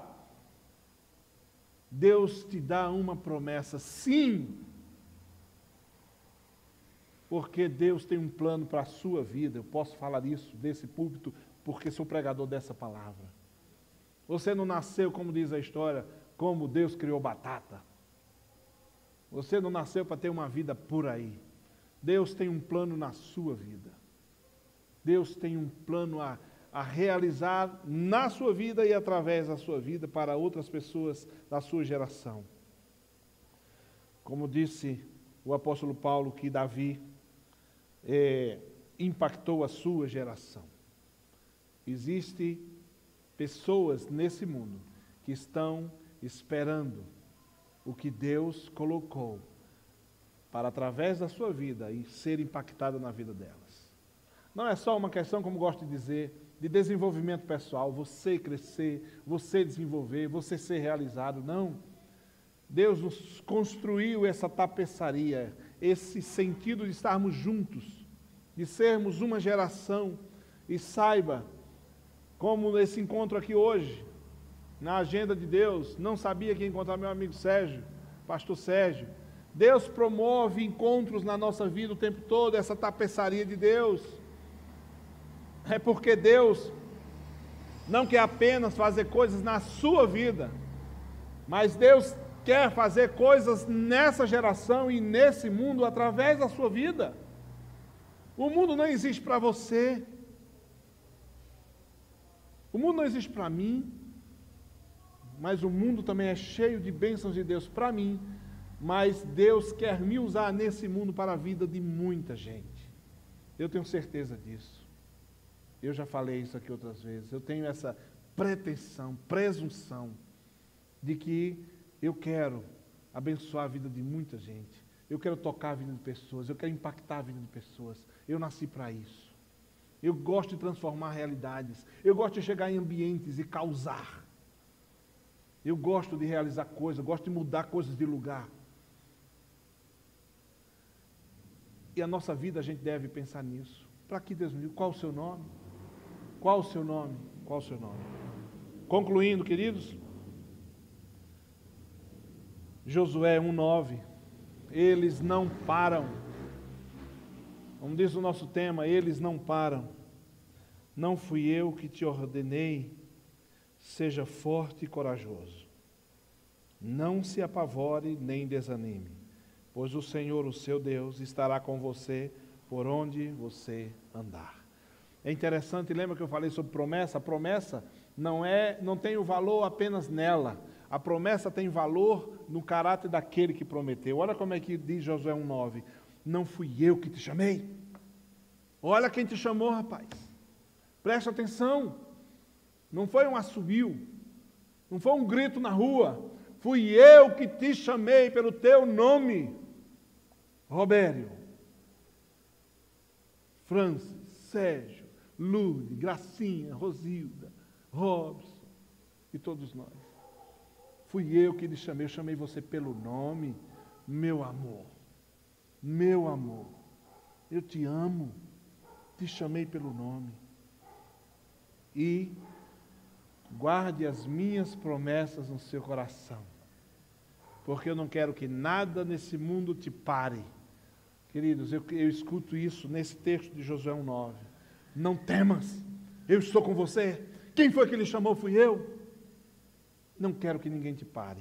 Speaker 1: Deus te dá uma promessa, sim, porque Deus tem um plano para a sua vida. Eu posso falar isso desse púlpito, porque sou pregador dessa palavra. Você não nasceu, como diz a história, como Deus criou batata. Você não nasceu para ter uma vida por aí. Deus tem um plano na sua vida. Deus tem um plano a a realizar na sua vida e através da sua vida para outras pessoas da sua geração. Como disse o apóstolo Paulo, que Davi é, impactou a sua geração. Existem pessoas nesse mundo que estão esperando o que Deus colocou para, através da sua vida, e ser impactada na vida delas. Não é só uma questão, como gosto de dizer, de desenvolvimento pessoal, você crescer, você desenvolver, você ser realizado. Não. Deus nos construiu essa tapeçaria, esse sentido de estarmos juntos, de sermos uma geração. E saiba, como esse encontro aqui hoje, na agenda de Deus, não sabia que ia encontrar meu amigo Sérgio, pastor Sérgio. Deus promove encontros na nossa vida o tempo todo, essa tapeçaria de Deus. É porque Deus não quer apenas fazer coisas na sua vida, mas Deus quer fazer coisas nessa geração e nesse mundo através da sua vida. O mundo não existe para você. O mundo não existe para mim, mas o mundo também é cheio de bênçãos de Deus para mim, mas Deus quer me usar nesse mundo para a vida de muita gente. Eu tenho certeza disso. Eu já falei isso aqui outras vezes. Eu tenho essa pretensão, presunção de que eu quero abençoar a vida de muita gente. Eu quero tocar a vida de pessoas. Eu quero impactar a vida de pessoas. Eu nasci para isso. Eu gosto de transformar realidades. Eu gosto de chegar em ambientes e causar. Eu gosto de realizar coisas. Eu gosto de mudar coisas de lugar. E a nossa vida a gente deve pensar nisso. Para que Deus me diga? Qual o seu nome? Qual o seu nome? Qual o seu nome? Concluindo, queridos, Josué um, nove, eles não param. Como diz o nosso tema, eles não param. Não fui eu que te ordenei, seja forte e corajoso. Não se apavore nem desanime, pois o Senhor, o seu Deus, estará com você por onde você andar. É interessante, lembra que eu falei sobre promessa? A promessa não é, não tem o valor apenas nela. A promessa tem valor no caráter daquele que prometeu. Olha como é que diz Josué um nove. Não fui eu que te chamei. Olha quem te chamou, rapaz. Presta atenção. Não foi um assobio. Não foi um grito na rua. Fui eu que te chamei pelo teu nome. Robério, Francis, Sérgio, Lourdes, Gracinha, Rosilda, Robson e todos nós. Fui eu que lhe chamei, eu chamei você pelo nome, meu amor, meu amor, eu te amo, te chamei pelo nome. E guarde as minhas promessas no seu coração, porque eu não quero que nada nesse mundo te pare. Queridos, eu, eu escuto isso nesse texto de Josué um nove. Não temas, eu estou com você. Quem foi que lhe chamou? Fui eu. Não quero que ninguém te pare.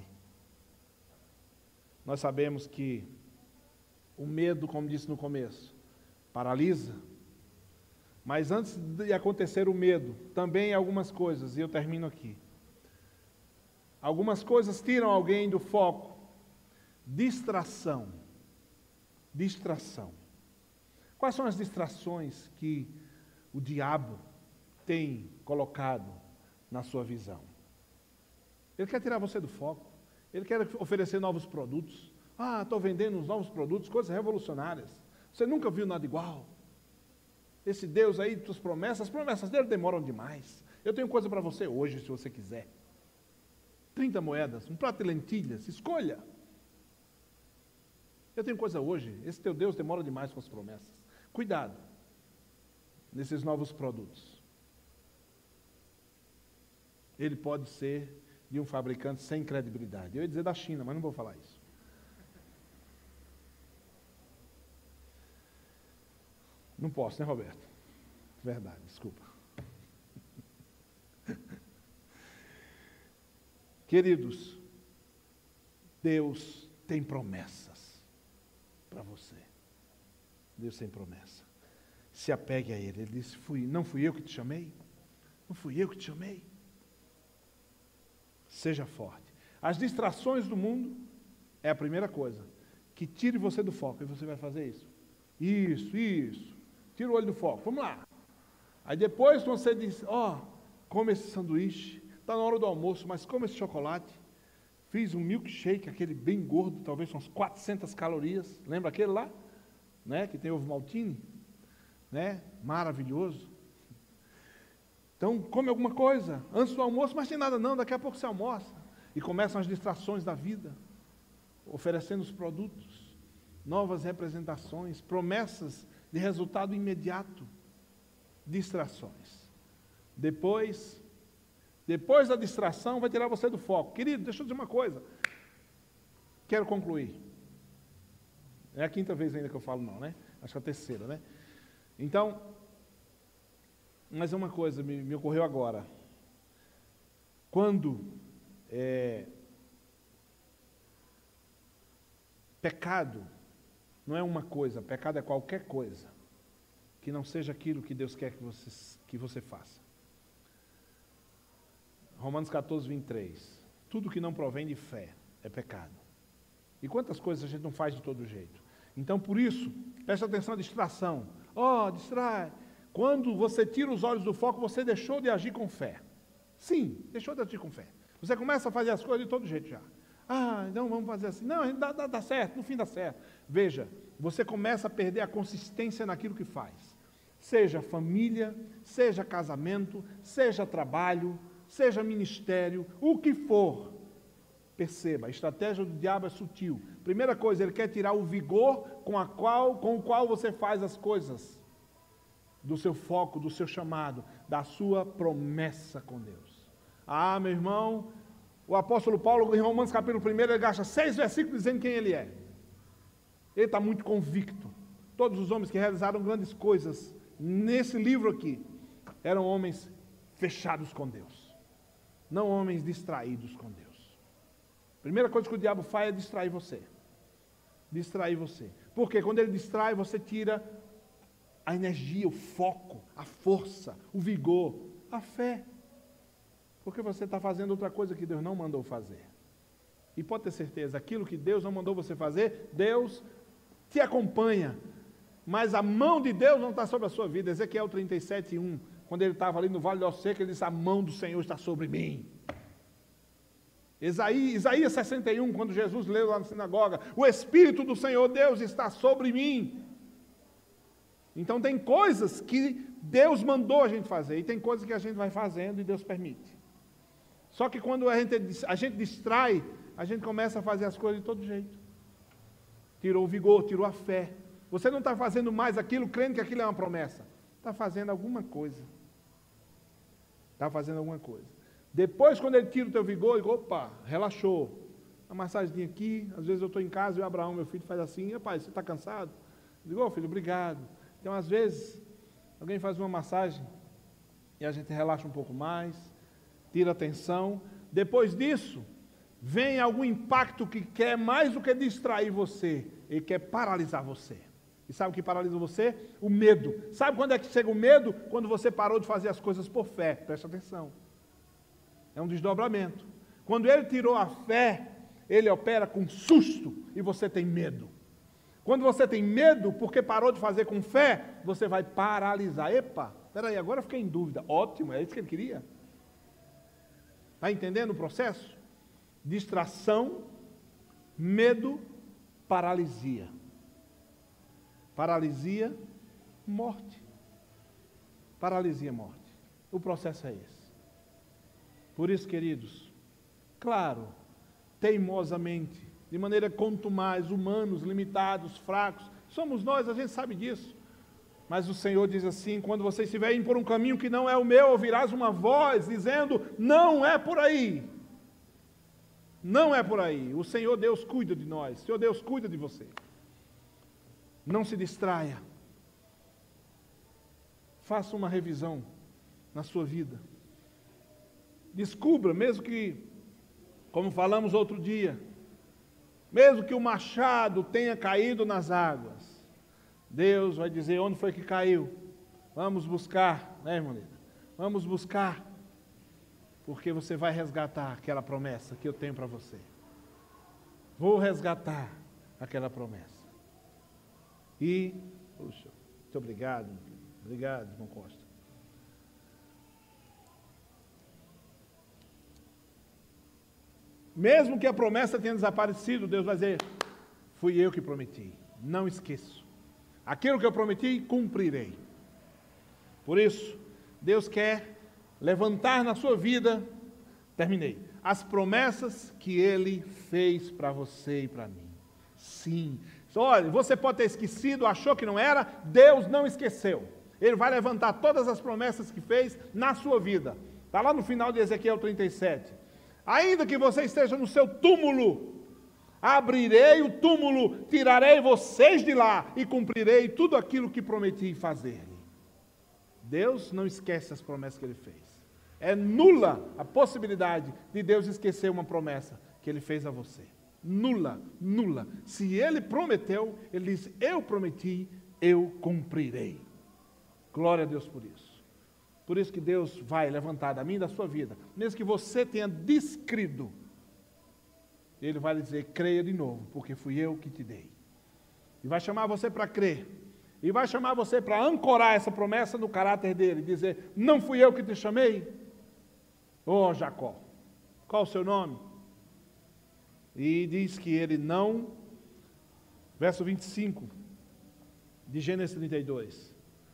Speaker 1: Nós sabemos que o medo, como disse no começo, paralisa. Mas antes de acontecer o medo, também algumas coisas, e eu termino aqui. Algumas coisas tiram alguém do foco. Distração. Distração. Quais são as distrações que o diabo tem colocado na sua visão? Ele quer tirar você do foco. Ele quer oferecer novos produtos. Ah, estou vendendo uns novos produtos, coisas revolucionárias. Você nunca viu nada igual. Esse Deus aí, tuas promessas, as promessas dele demoram demais. Eu tenho coisa para você hoje, se você quiser. trinta moedas, um prato de lentilhas, escolha. Eu tenho coisa hoje, esse teu Deus demora demais com as promessas. Cuidado nesses novos produtos. Ele pode ser de um fabricante sem credibilidade. Eu ia dizer da China, mas não vou falar isso. Não posso, né, Roberto? Verdade, desculpa. Queridos, Deus tem promessas para você. Deus tem promessa. Se apegue a Ele. Ele disse, fui, não fui eu que te chamei? Não fui eu que te chamei? Seja forte. As distrações do mundo é a primeira coisa que tire você do foco. E você vai fazer isso. Isso, isso. Tira o olho do foco. Vamos lá. Aí depois você diz, ó, oh, come esse sanduíche. Está na hora do almoço, mas come esse chocolate. Fiz um milkshake, aquele bem gordo, talvez umas quatrocentas calorias. Lembra aquele lá? Né? Que tem ovo maltine? Né? Maravilhoso. Então, come alguma coisa antes do almoço, mas tem nada não, daqui a pouco você almoça. E começam as distrações da vida, oferecendo os produtos, novas representações, promessas de resultado imediato, distrações. Depois, depois da distração, vai tirar você do foco. Querido, deixa eu dizer uma coisa. Quero concluir. É a quinta vez ainda que eu falo não, né? Acho que é a terceira, né? Então, mas uma coisa me, me ocorreu agora. Quando é, pecado não é uma coisa, pecado é qualquer coisa que não seja aquilo que Deus quer que você, que você faça. Romanos catorze, vinte e três. Tudo que não provém de fé é pecado. E quantas coisas a gente não faz de todo jeito? Então, por isso, preste atenção à distração. Ó, oh, distrai. Quando você tira os olhos do foco, você deixou de agir com fé. Sim, deixou de agir com fé. Você começa a fazer as coisas de todo jeito já. Ah, então vamos fazer assim. Não, dá, dá, dá certo, no fim dá certo. Veja, você começa a perder a consistência naquilo que faz. Seja família, seja casamento, seja trabalho, seja ministério, o que for. Perceba, a estratégia do diabo é sutil. Primeira coisa, ele quer tirar o vigor com, a qual, com o qual você faz as coisas. Do seu foco, do seu chamado, da sua promessa com Deus. Ah, meu irmão, o apóstolo Paulo, em Romanos capítulo um, ele gasta seis versículos dizendo quem ele é. Ele está muito convicto. Todos os homens que realizaram grandes coisas nesse livro aqui, eram homens fechados com Deus. Não homens distraídos com Deus. Primeira coisa que o diabo faz é distrair você. Distrair você. Porque quando ele distrai, você tira a energia, o foco, a força, o vigor, a fé. Porque você está fazendo outra coisa que Deus não mandou fazer. E pode ter certeza, aquilo que Deus não mandou você fazer, Deus te acompanha. Mas a mão de Deus não está sobre a sua vida. Ezequiel trinta e sete, um, quando ele estava ali no Vale do Seco, ele disse, a mão do Senhor está sobre mim. Isaías, Isaías sessenta e um, quando Jesus leu lá na sinagoga, o Espírito do Senhor Deus está sobre mim. Então tem coisas que Deus mandou a gente fazer, e tem coisas que a gente vai fazendo e Deus permite. Só que quando a gente, a gente distrai, a gente começa a fazer as coisas de todo jeito. Tirou o vigor, tirou a fé. Você não está fazendo mais aquilo crendo que aquilo é uma promessa. Está fazendo alguma coisa. Está fazendo alguma coisa. Depois, quando ele tira o teu vigor, ele, opa, relaxou. Uma massagem aqui, às vezes eu estou em casa e o Abraão, meu filho, faz assim, pai, você está cansado? Eu digo, ô filho, obrigado. Então, às vezes, alguém faz uma massagem e a gente relaxa um pouco mais, tira a tensão. Depois disso, vem algum impacto que quer mais do que distrair você, ele quer paralisar você. E sabe o que paralisa você? O medo. Sabe quando é que chega o medo? Quando você parou de fazer as coisas por fé. Presta atenção. É um desdobramento. Quando ele tirou a fé, ele opera com susto e você tem medo. Quando você tem medo, porque parou de fazer com fé, você vai paralisar. Epa, peraí, agora eu fiquei em dúvida. Ótimo, é isso que ele queria. Está entendendo o processo? Distração, medo, paralisia. Paralisia, morte. Paralisia, morte. O processo é esse. Por isso, queridos, claro, teimosamente, de maneira contumaz, humanos, limitados, fracos, somos nós, a gente sabe disso. Mas o Senhor diz assim, quando vocês estiverem por um caminho que não é o meu, ouvirás uma voz dizendo, não é por aí. Não é por aí. O Senhor Deus cuida de nós, o Senhor Deus cuida de você. Não se distraia. Faça uma revisão na sua vida. Descubra, mesmo que, como falamos outro dia, mesmo que o machado tenha caído nas águas, Deus vai dizer onde foi que caiu. Vamos buscar, né, irmã Lida? Vamos buscar, porque você vai resgatar aquela promessa que eu tenho para você. Vou resgatar aquela promessa. E, puxa, muito obrigado, obrigado, irmão Costa. Mesmo que a promessa tenha desaparecido, Deus vai dizer, fui eu que prometi, não esqueço. Aquilo que eu prometi, cumprirei. Por isso, Deus quer levantar na sua vida, terminei, as promessas que Ele fez para você e para mim. Sim. Olha, você pode ter esquecido, achou que não era, Deus não esqueceu. Ele vai levantar todas as promessas que fez na sua vida. Está lá no final de Ezequiel trinta e sete. Ainda que você esteja no seu túmulo, abrirei o túmulo, tirarei vocês de lá e cumprirei tudo aquilo que prometi fazer-lhe. Deus não esquece as promessas que Ele fez. É nula a possibilidade de Deus esquecer uma promessa que Ele fez a você. Nula, nula. Se Ele prometeu, Ele diz, eu prometi, eu cumprirei. Glória a Deus por isso. Por isso que Deus vai levantar da minha e da sua vida, mesmo que você tenha descrido, Ele vai lhe dizer, creia de novo, porque fui eu que te dei. E vai chamar você para crer. E vai chamar você para ancorar essa promessa no caráter dele, dizer, não fui eu que te chamei? Ô Jacó, qual o seu nome? E diz que ele não, verso vinte e cinco, de Gênesis trinta e dois,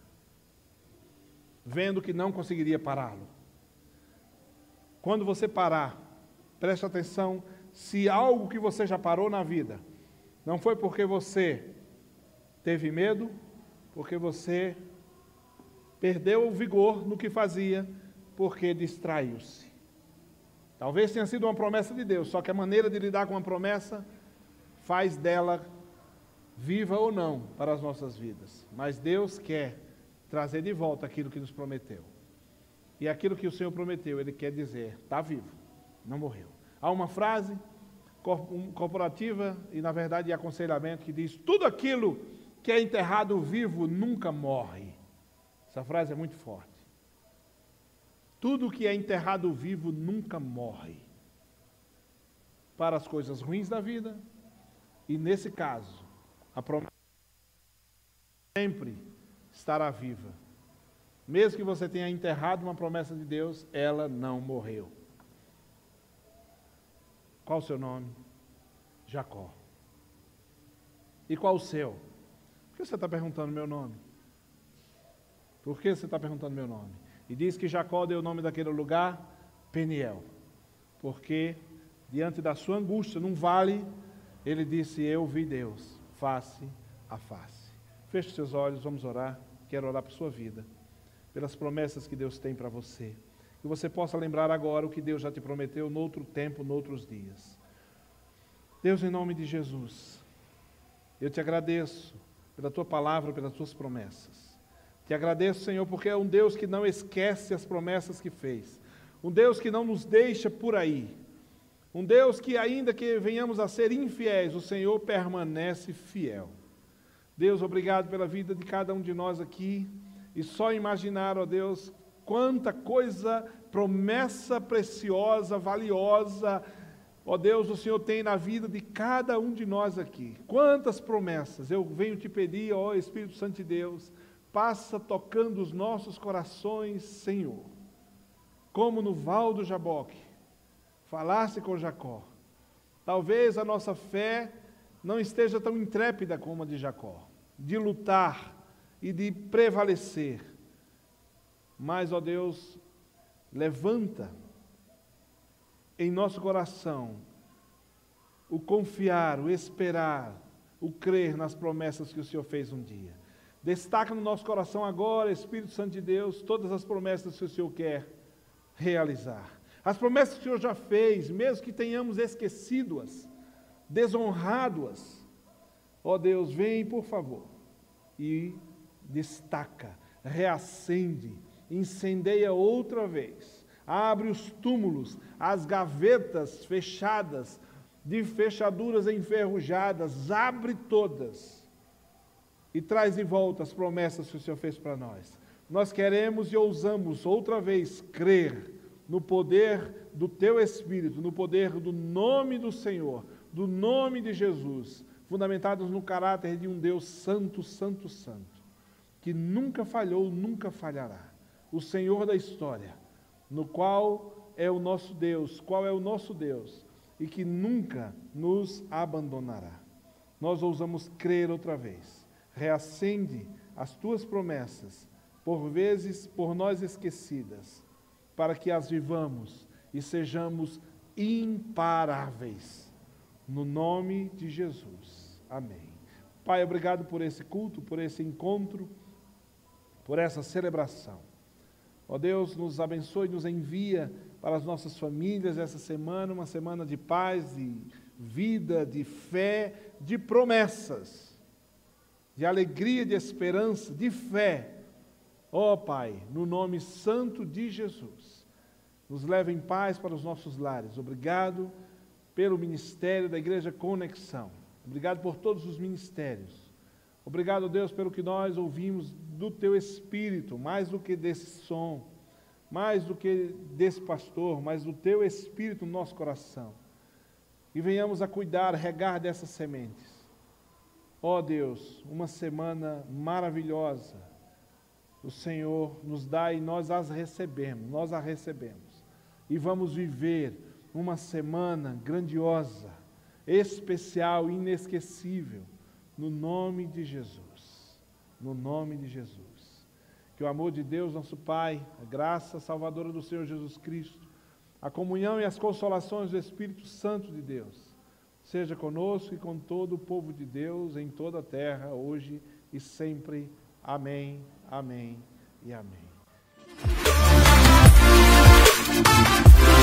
Speaker 1: vendo que não conseguiria pará-lo. Quando você parar, preste atenção, se algo que você já parou na vida, não foi porque você teve medo, porque você perdeu o vigor no que fazia, porque distraiu-se. Talvez tenha sido uma promessa de Deus, só que a maneira de lidar com uma promessa faz dela viva ou não para as nossas vidas. Mas Deus quer trazer de volta aquilo que nos prometeu. E aquilo que o Senhor prometeu, Ele quer dizer, está vivo, não morreu. Há uma frase corporativa e, na verdade, de aconselhamento que diz, tudo aquilo que é enterrado vivo nunca morre. Essa frase é muito forte. Tudo que é enterrado vivo nunca morre. para as coisas ruins da vida, e nesse caso, a promessa sempre estará viva. Mesmo que você tenha enterrado uma promessa de Deus, ela não morreu. Qual o seu nome? Jacó. E qual o seu? Por que você está perguntando meu nome? Por que você está perguntando meu nome? E diz que Jacó deu o nome daquele lugar, Peniel. Porque, diante da sua angústia, num vale, ele disse, eu vi Deus, face a face. Feche seus olhos, vamos orar. Quero orar por sua vida, pelas promessas que Deus tem para você. Que você possa lembrar agora o que Deus já te prometeu noutro tempo, noutros dias. Deus, em nome de Jesus, eu te agradeço pela tua palavra, pelas tuas promessas. Te agradeço, Senhor, porque é um Deus que não esquece as promessas que fez. Um Deus que não nos deixa por aí. Um Deus que, ainda que venhamos a ser infiéis, o Senhor permanece fiel. Deus, obrigado pela vida de cada um de nós aqui. E só imaginar, ó Deus, quanta coisa, promessa preciosa, valiosa, ó Deus, o Senhor tem na vida de cada um de nós aqui. Quantas promessas. Eu venho te pedir, ó Espírito Santo de Deus, passa tocando os nossos corações, Senhor. Como no val do Jaboque, falasse com Jacó. Talvez a nossa fé não esteja tão intrépida como a de Jacó, de lutar e de prevalecer. Mas, ó Deus, levanta em nosso coração o confiar, o esperar, o crer nas promessas que o Senhor fez um dia. Destaca no nosso coração agora, Espírito Santo de Deus, todas as promessas que o Senhor quer realizar. As promessas que o Senhor já fez, mesmo que tenhamos esquecido-as, desonrado-as, ó Deus, vem por favor e destaca, reacende, incendeia outra vez, abre os túmulos, as gavetas fechadas, de fechaduras enferrujadas, abre todas e traz de volta as promessas que o Senhor fez para nós. Nós queremos e ousamos outra vez crer no poder do Teu Espírito, no poder do nome do Senhor, do nome de Jesus, fundamentados no caráter de um Deus santo, santo, santo, que nunca falhou, nunca falhará. O Senhor da história, no qual é o nosso Deus, qual é o nosso Deus, e que nunca nos abandonará. Nós ousamos crer outra vez. Reacende as Tuas promessas, por vezes por nós esquecidas, para que as vivamos e sejamos imparáveis, no nome de Jesus. Amém. Pai, obrigado por esse culto, por esse encontro, por essa celebração. Ó Deus, nos abençoe e nos envia para as nossas famílias essa semana, uma semana de paz, de vida, de fé, de promessas, de alegria, de esperança, de fé. Ó Pai, no nome santo de Jesus, nos leva em paz para os nossos lares. Obrigado pelo ministério da Igreja Conexão. Obrigado por todos os ministérios. Obrigado, Deus, pelo que nós ouvimos do Teu Espírito, mais do que desse som, mais do que desse pastor, mas do Teu Espírito no nosso coração. E venhamos a cuidar, regar dessas sementes. Ó Deus, uma semana maravilhosa, o Senhor nos dá e nós as recebemos, nós a recebemos. E vamos viver uma semana grandiosa, especial, inesquecível, no nome de Jesus. No nome de Jesus. Que o amor de Deus, nosso Pai, a graça salvadora do Senhor Jesus Cristo, a comunhão e as consolações do Espírito Santo de Deus, seja conosco e com todo o povo de Deus em toda a terra, hoje e sempre. Amém, amém e amém.